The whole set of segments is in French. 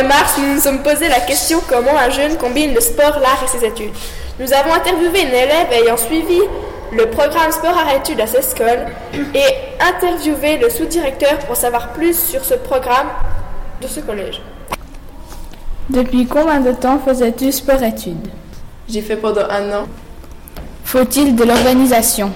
mars, nous nous sommes posé la question comment un jeune combine le sport, l'art et ses études. Nous avons interviewé une élève ayant suivi le programme sport-art-études à Sescol et interviewé le sous-directeur pour savoir plus sur ce programme de ce collège. Depuis combien de temps faisais-tu sport-études? J'ai fait pendant 1 an. Faut-il de l'organisation?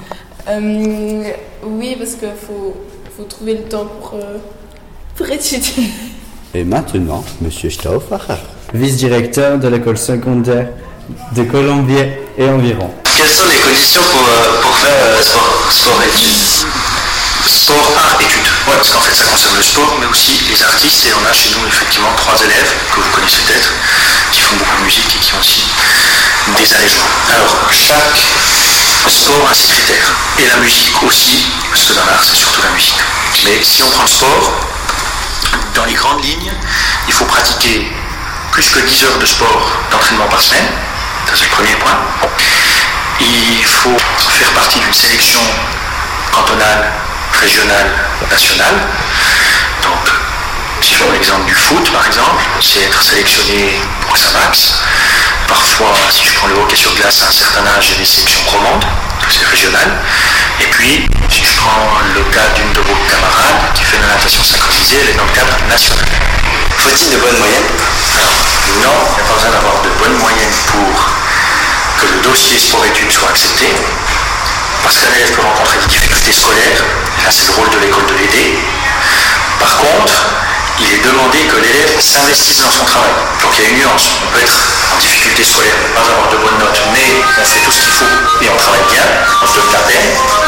Oui, parce qu'il faut trouver le temps pour étudier. Et maintenant, Monsieur Stauffacher, vice-directeur de l'école secondaire de Colombier et environ. Quelles sont les conditions pour faire sport-études? Sport, art, études. Ouais, parce qu'en fait ça concerne le sport, mais aussi les artistes. Et on a chez nous effectivement 3 élèves que vous connaissez peut-être, qui font beaucoup de musique et qui ont aussi des allègements. Alors, chaque sport a ses critères. Et la musique aussi, parce que dans l'art c'est surtout la musique. Mais si on prend le sport, dans les grandes lignes, il faut pratiquer plus que 10 heures de sport d'entraînement par semaine. Ça c'est le premier point. Il faut faire partie d'une sélection cantonale, régionale, nationale. Donc, si je prends l'exemple du foot par exemple, c'est être sélectionné pour SAMAX. Parfois, si je prends le hockey sur glace à un certain âge, il y a des sélections romandes, c'est régional. Et puis, si je prends le cas d'une de vos camarades qui fait de la natation synchronisée, elle est dans le cadre national. Faut-il de bonnes moyennes? Alors, non, il n'y a pas besoin d'avoir de bonnes moyennes pour que le dossier sport-études soit accepté. Parce qu'un élève peut rencontrer des difficultés scolaires, et là c'est le rôle de l'école de l'aider. Par contre, il est demandé que l'élève s'investisse dans son travail. Donc il y a une nuance. On peut être en difficulté scolaire, ne pas avoir de bonnes notes, mais on fait tout ce qu'il faut et on travaille bien, on se donne la peine.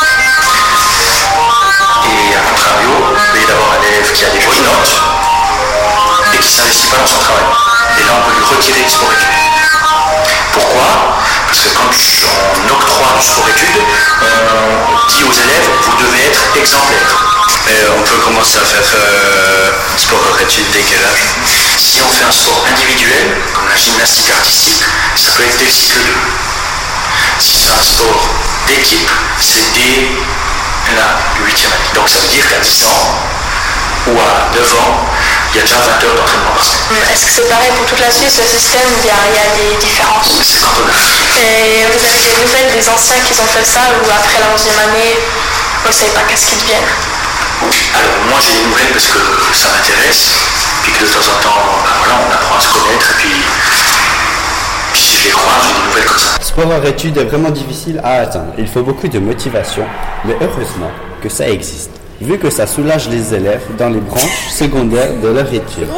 Et à contrario, il y a d'avoir un élève qui a des bonnes notes et qui ne s'investit pas dans son travail. Et là on peut lui retirer le sport-études. Pourquoi? Parce que quand on octroie du sport-études, on dit aux élèves, vous devez être exemplaires. Et on peut commencer à faire sport-études dès quel âge? Si on fait un sport individuel, comme la gymnastique artistique, ça peut être dès le cycle 2. Si c'est un sport d'équipe, c'est dès la 8e année. Donc ça veut dire qu'à 10 ans ou à 9 ans, il y a déjà 20 heures d'entraînement par semaine. Est-ce que c'est pareil pour toute la Suisse, le système, ou il y a des différences? C'est cantonal. Et vous avez des nouvelles des anciens qui ont fait ça, ou après la 11e année, vous ne savez pas qu'est-ce qu'ils deviennent? Alors moi j'ai des nouvelles parce que ça m'intéresse, puis que de temps en temps, on apprend à se connaître, et puis si je les croise, j'ai des nouvelles comme ça. sport-art-études est vraiment difficile à atteindre. Il faut beaucoup de motivation, mais heureusement que ça existe, vu que ça soulage les élèves dans les branches secondaires de leur étude.